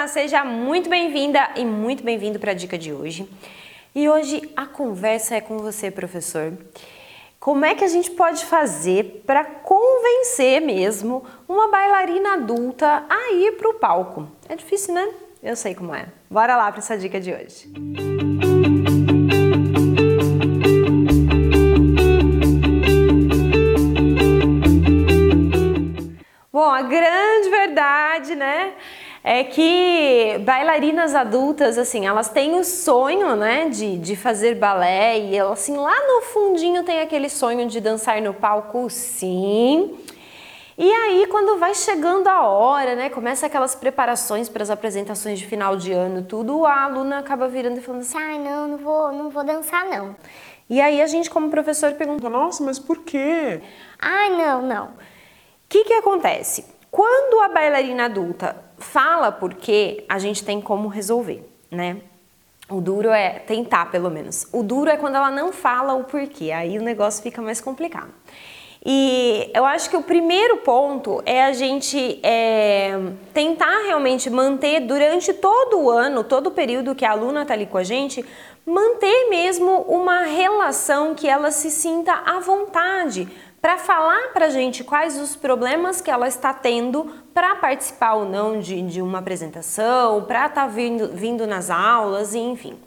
Seja muito bem-vinda e muito bem-vindo para a dica de hoje. E hoje a conversa é com você, professor. Como é que a gente pode fazer para convencer mesmo uma bailarina adulta a ir para o palco? É difícil, né? Eu sei como é. Bora lá para essa dica de hoje. Bom, a grande verdade, né, é que bailarinas adultas, assim, elas têm o sonho, né, de fazer balé e elas, assim, lá no fundinho tem aquele sonho de dançar no palco, sim. E aí, quando vai chegando a hora, né, começa aquelas preparações para as apresentações de final de ano, tudo, a aluna acaba virando e falando assim, ai, não vou dançar, não. E aí a gente, como professor, pergunta, nossa, mas por quê? Ai, não. O que acontece? Quando a bailarina adulta fala por quê, a gente tem como resolver, né? O duro é tentar, pelo menos. O duro é quando ela não fala o porquê, aí o negócio fica mais complicado. E eu acho que o primeiro ponto é a gente tentar realmente manter durante todo o ano, todo o período que a aluna está ali com a gente, manter mesmo uma relação que ela se sinta à vontade para falar para a gente quais os problemas que ela está tendo para participar ou não de uma apresentação, para estar vindo nas aulas, enfim.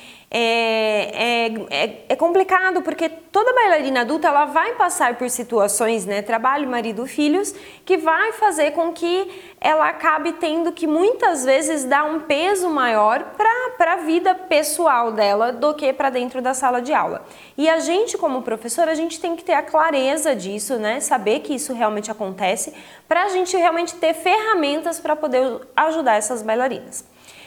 É complicado porque toda bailarina adulta ela vai passar por situações, né, trabalho, marido, filhos, que vai fazer com que ela acabe tendo que muitas vezes dar um peso maior para a vida pessoal dela do que para dentro da sala de aula. E a gente como professor, a gente tem que ter a clareza disso, né, saber que isso realmente acontece, para a gente realmente ter ferramentas para poder ajudar essas bailarinas.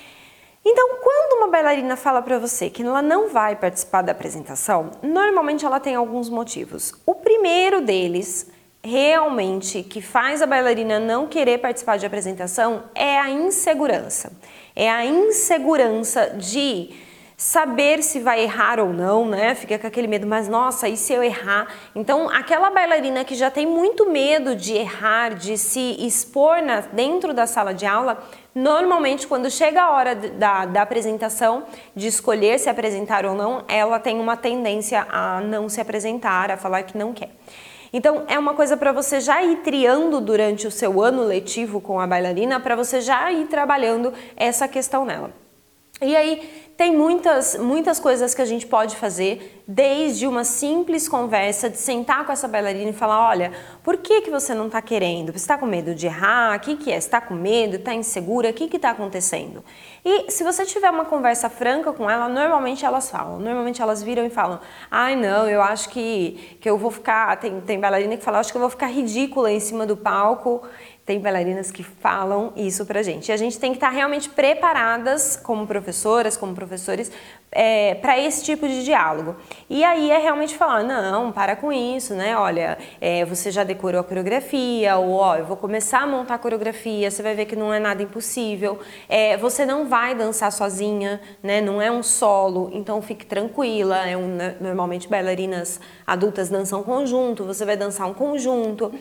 Então, quando uma bailarina fala para você que ela não vai participar da apresentação, normalmente ela tem alguns motivos. O primeiro deles, realmente, que faz a bailarina não querer participar de apresentação é a insegurança. É a insegurança de saber se vai errar ou não, né? Fica com aquele medo, mas nossa, e se eu errar? Então, aquela bailarina que já tem muito medo de errar, de se expor dentro da sala de aula, normalmente quando chega a hora da apresentação, de escolher se apresentar ou não, ela tem uma tendência a não se apresentar, a falar que não quer. Então, é uma coisa para você já ir triando durante o seu ano letivo com a bailarina, para você já ir trabalhando essa questão nela. E aí, tem muitas coisas que a gente pode fazer, desde uma simples conversa, de sentar com essa bailarina e falar, olha, por que você não está querendo? Você está com medo de errar? O que é? Você está com medo? Está insegura? O que está acontecendo? E se você tiver uma conversa franca com ela, normalmente elas falam, normalmente elas viram e falam, ai não, eu acho que eu vou ficar, tem bailarina que fala, acho que eu vou ficar ridícula em cima do palco. Tem bailarinas que falam isso pra gente. E a gente tem que estar realmente preparadas como professoras, como professores, para esse tipo de diálogo. E aí é realmente falar, não, para com isso, né? Olha, você já decorou a coreografia, ou ó, eu vou começar a montar a coreografia, você vai ver que não é nada impossível. Você não vai dançar sozinha, né? Não é um solo, então fique tranquila. Normalmente bailarinas adultas dançam conjunto, você vai dançar um conjunto.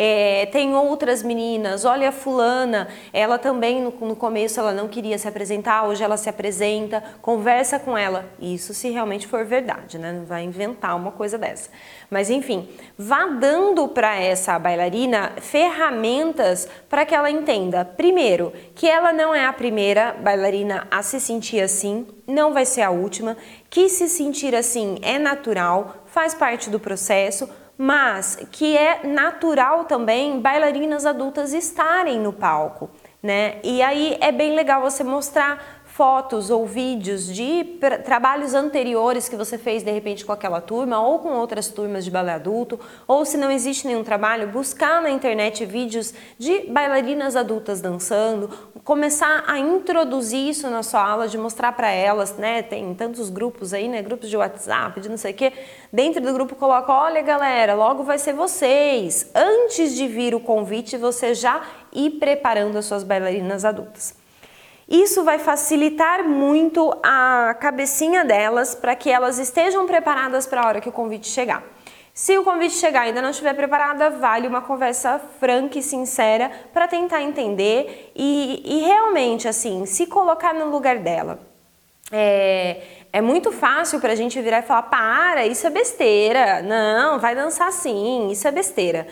Tem outras meninas, olha a fulana, ela também no começo ela não queria se apresentar, hoje ela se apresenta, conversa com ela, isso se realmente for verdade, né? Não vai inventar uma coisa dessa. Mas enfim, vá dando para essa bailarina ferramentas para que ela entenda, primeiro, que ela não é a primeira bailarina a se sentir assim, não vai ser a última, que se sentir assim é natural, faz parte do processo, mas que é natural também bailarinas adultas estarem no palco, né? E aí é bem legal você mostrar fotos ou vídeos de trabalhos anteriores que você fez de repente com aquela turma ou com outras turmas de balé adulto, ou se não existe nenhum trabalho, buscar na internet vídeos de bailarinas adultas dançando, começar a introduzir isso na sua aula, de mostrar para elas, né? Tem tantos grupos aí, né? Grupos de WhatsApp, de não sei o que. Dentro do grupo coloca, olha galera, logo vai ser vocês. Antes de vir o convite, você já ir preparando as suas bailarinas adultas. Isso vai facilitar muito a cabecinha delas para que elas estejam preparadas para a hora que o convite chegar. Se o convite chegar e ainda não estiver preparada, vale uma conversa franca e sincera para tentar entender e realmente, assim, se colocar no lugar dela. É muito fácil pra gente virar e falar, para, isso é besteira, não, vai dançar sim, isso é besteira.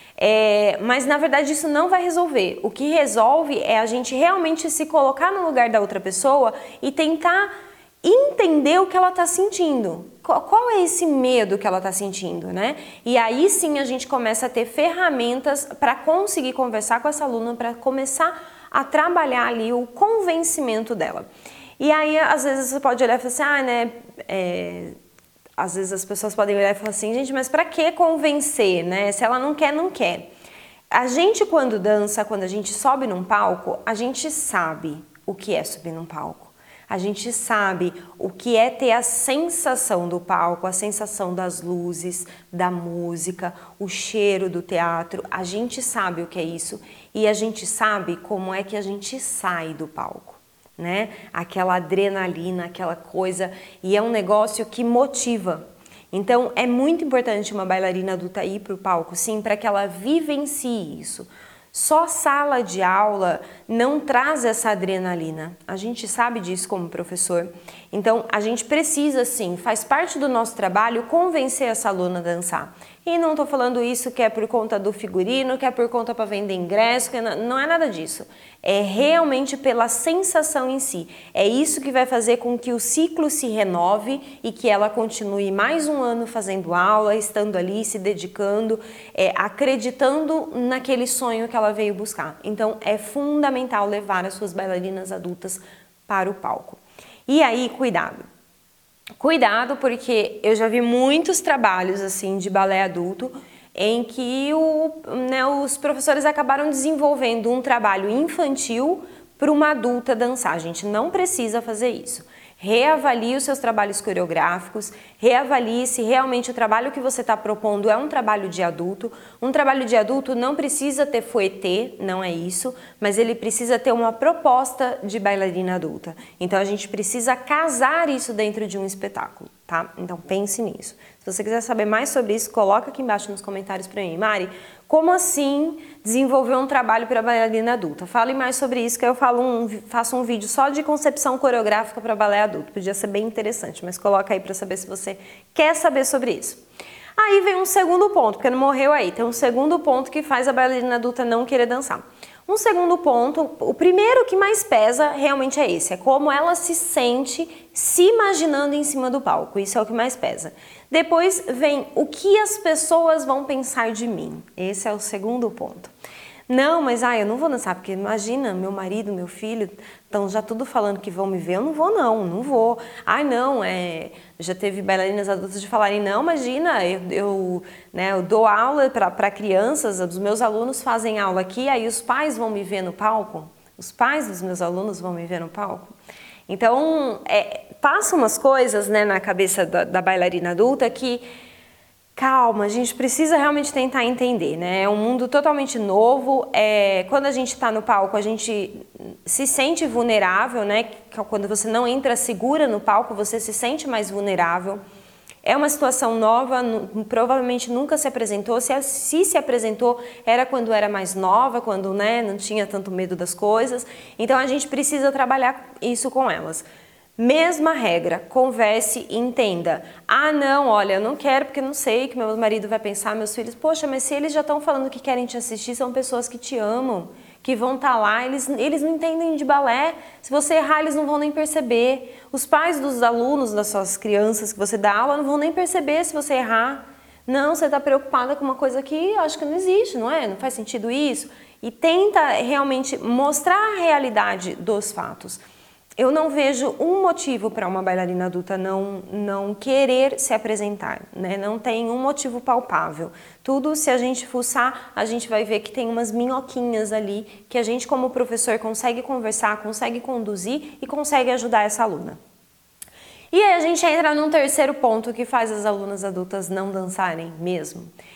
Mas na verdade isso não vai resolver. O que resolve é a gente realmente se colocar no lugar da outra pessoa e tentar entender o que ela está sentindo. Qual é esse medo que ela está sentindo, né? E aí sim a gente começa a ter ferramentas para conseguir conversar com essa aluna, para começar a trabalhar ali o convencimento dela. E aí às vezes você pode olhar e falar assim, às vezes as pessoas podem olhar e falar assim, gente, mas para que convencer, né? Se ela não quer, não quer. A gente quando dança, quando a gente sobe num palco, a gente sabe o que é subir num palco. A gente sabe o que é ter a sensação do palco, a sensação das luzes, da música, o cheiro do teatro. A gente sabe o que é isso e a gente sabe como é que a gente sai do palco, né? Aquela adrenalina, aquela coisa, e é um negócio que motiva. Então é muito importante uma bailarina adulta ir para o palco, sim, para que ela vivencie isso. Só sala de aula não traz essa adrenalina. A gente sabe disso como professor. Então, a gente precisa, sim, faz parte do nosso trabalho convencer essa aluna a dançar. E não estou falando isso que é por conta do figurino, que é por conta para vender ingresso, que não é nada disso. É realmente pela sensação em si. É isso que vai fazer com que o ciclo se renove e que ela continue mais um ano fazendo aula, estando ali, se dedicando, acreditando naquele sonho que ela veio buscar. Então, é fundamental levar as suas bailarinas adultas para o palco. E aí, cuidado. Cuidado, porque eu já vi muitos trabalhos assim de balé adulto em que os professores acabaram desenvolvendo um trabalho infantil para uma adulta dançar. A gente não precisa fazer isso. Reavalie os seus trabalhos coreográficos, reavalie se realmente o trabalho que você está propondo é um trabalho de adulto. Um trabalho de adulto não precisa ter fouetté, não é isso, mas ele precisa ter uma proposta de bailarina adulta. Então a gente precisa casar isso dentro de um espetáculo, tá? Então pense nisso. Se você quiser saber mais sobre isso, coloca aqui embaixo nos comentários para mim. Mari, como assim desenvolver um trabalho para bailarina adulta? Fale mais sobre isso que eu faço um vídeo só de concepção coreográfica para balé adulto. Podia ser bem interessante, mas coloca aí para saber se você quer saber sobre isso. Aí vem um segundo ponto, porque não morreu aí. Tem um segundo ponto que faz a bailarina adulta não querer dançar. Um segundo ponto, o primeiro que mais pesa realmente é esse, é como ela se sente se imaginando em cima do palco, isso é o que mais pesa. Depois vem o que as pessoas vão pensar de mim, esse é o segundo ponto. Não, mas eu não vou dançar, porque imagina, meu marido, meu filho, estão já tudo falando que vão me ver, eu não vou não vou. Já teve bailarinas adultas de falarem, não, imagina, eu dou aula para crianças, os meus alunos fazem aula aqui, aí os pais vão me ver no palco, os pais dos meus alunos vão me ver no palco. Então, passa umas coisas, né, na cabeça da bailarina adulta que... Calma, a gente precisa realmente tentar entender, né? É um mundo totalmente novo, quando a gente está no palco, a gente se sente vulnerável, né? Quando você não entra segura no palco, você se sente mais vulnerável. É uma situação nova, provavelmente nunca se apresentou, se se apresentou era quando era mais nova, quando não tinha tanto medo das coisas. Então a gente precisa trabalhar isso com elas. Mesma regra, converse e entenda. Não, olha, eu não quero porque não sei o que meu marido vai pensar, meus filhos. Poxa, mas se eles já estão falando que querem te assistir, são pessoas que te amam, que vão estar lá, eles não entendem de balé. Se você errar, eles não vão nem perceber. Os pais dos alunos, das suas crianças que você dá aula, não vão nem perceber se você errar. Não, você está preocupada com uma coisa que eu acho que não existe, não é? Não faz sentido isso. E tenta realmente mostrar a realidade dos fatos. Eu não vejo um motivo para uma bailarina adulta não querer se apresentar, né? Não tem um motivo palpável. Tudo, se a gente fuçar, a gente vai ver que tem umas minhoquinhas ali que a gente como professor consegue conversar, consegue conduzir e consegue ajudar essa aluna. E aí a gente entra num terceiro ponto que faz as alunas adultas não dançarem mesmo.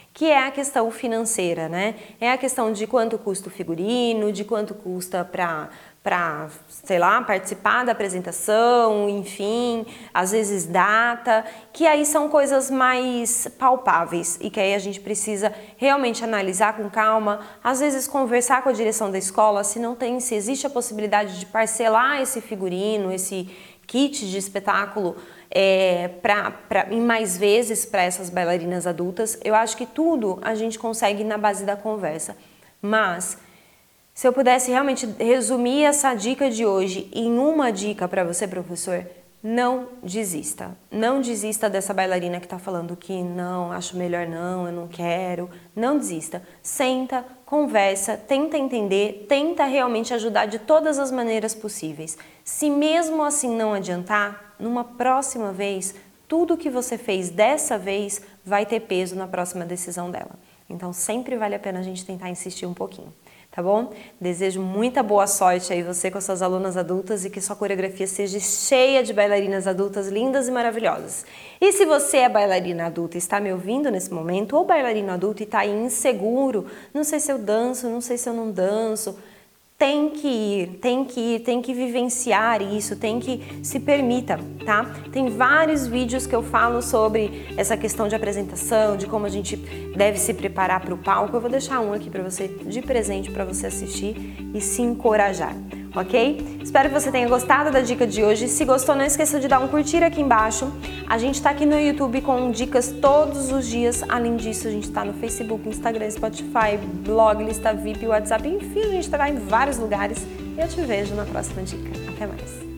que é a questão financeira, né? É a questão de quanto custa o figurino, de quanto custa para, sei lá, participar da apresentação, enfim, às vezes data, que aí são coisas mais palpáveis e que aí a gente precisa realmente analisar com calma, às vezes conversar com a direção da escola se existe a possibilidade de parcelar esse figurino, esse kit de espetáculo em mais vezes para essas bailarinas adultas. Eu acho que tudo a gente consegue na base da conversa, mas se eu pudesse realmente resumir essa dica de hoje em uma dica para você, professor, não desista. Não desista dessa bailarina que está falando que não, acho melhor não, eu não quero. Não desista. Senta, conversa, tenta entender, tenta realmente ajudar de todas as maneiras possíveis. Se mesmo assim não adiantar, numa próxima vez, tudo que você fez dessa vez vai ter peso na próxima decisão dela. Então sempre vale a pena a gente tentar insistir um pouquinho. Tá bom? Desejo muita boa sorte aí você com as suas alunas adultas e que sua coreografia seja cheia de bailarinas adultas lindas e maravilhosas. E se você é bailarina adulta e está me ouvindo nesse momento, ou bailarino adulto e está aí inseguro, não sei se eu danço, não sei se eu não danço, tem que vivenciar isso, tem que se permita, tá? Tem vários vídeos que eu falo sobre essa questão de apresentação, de como a gente deve se preparar para o palco. Eu vou deixar um aqui para você de presente para você assistir e se encorajar, ok? Espero que você tenha gostado da dica de hoje. Se gostou, não esqueça de dar um curtir aqui embaixo. A gente está aqui no YouTube com dicas todos os dias. Além disso, a gente está no Facebook, Instagram, Spotify, blog, lista VIP, WhatsApp, enfim, a gente está em vários lugares. E eu te vejo na próxima dica. Até mais!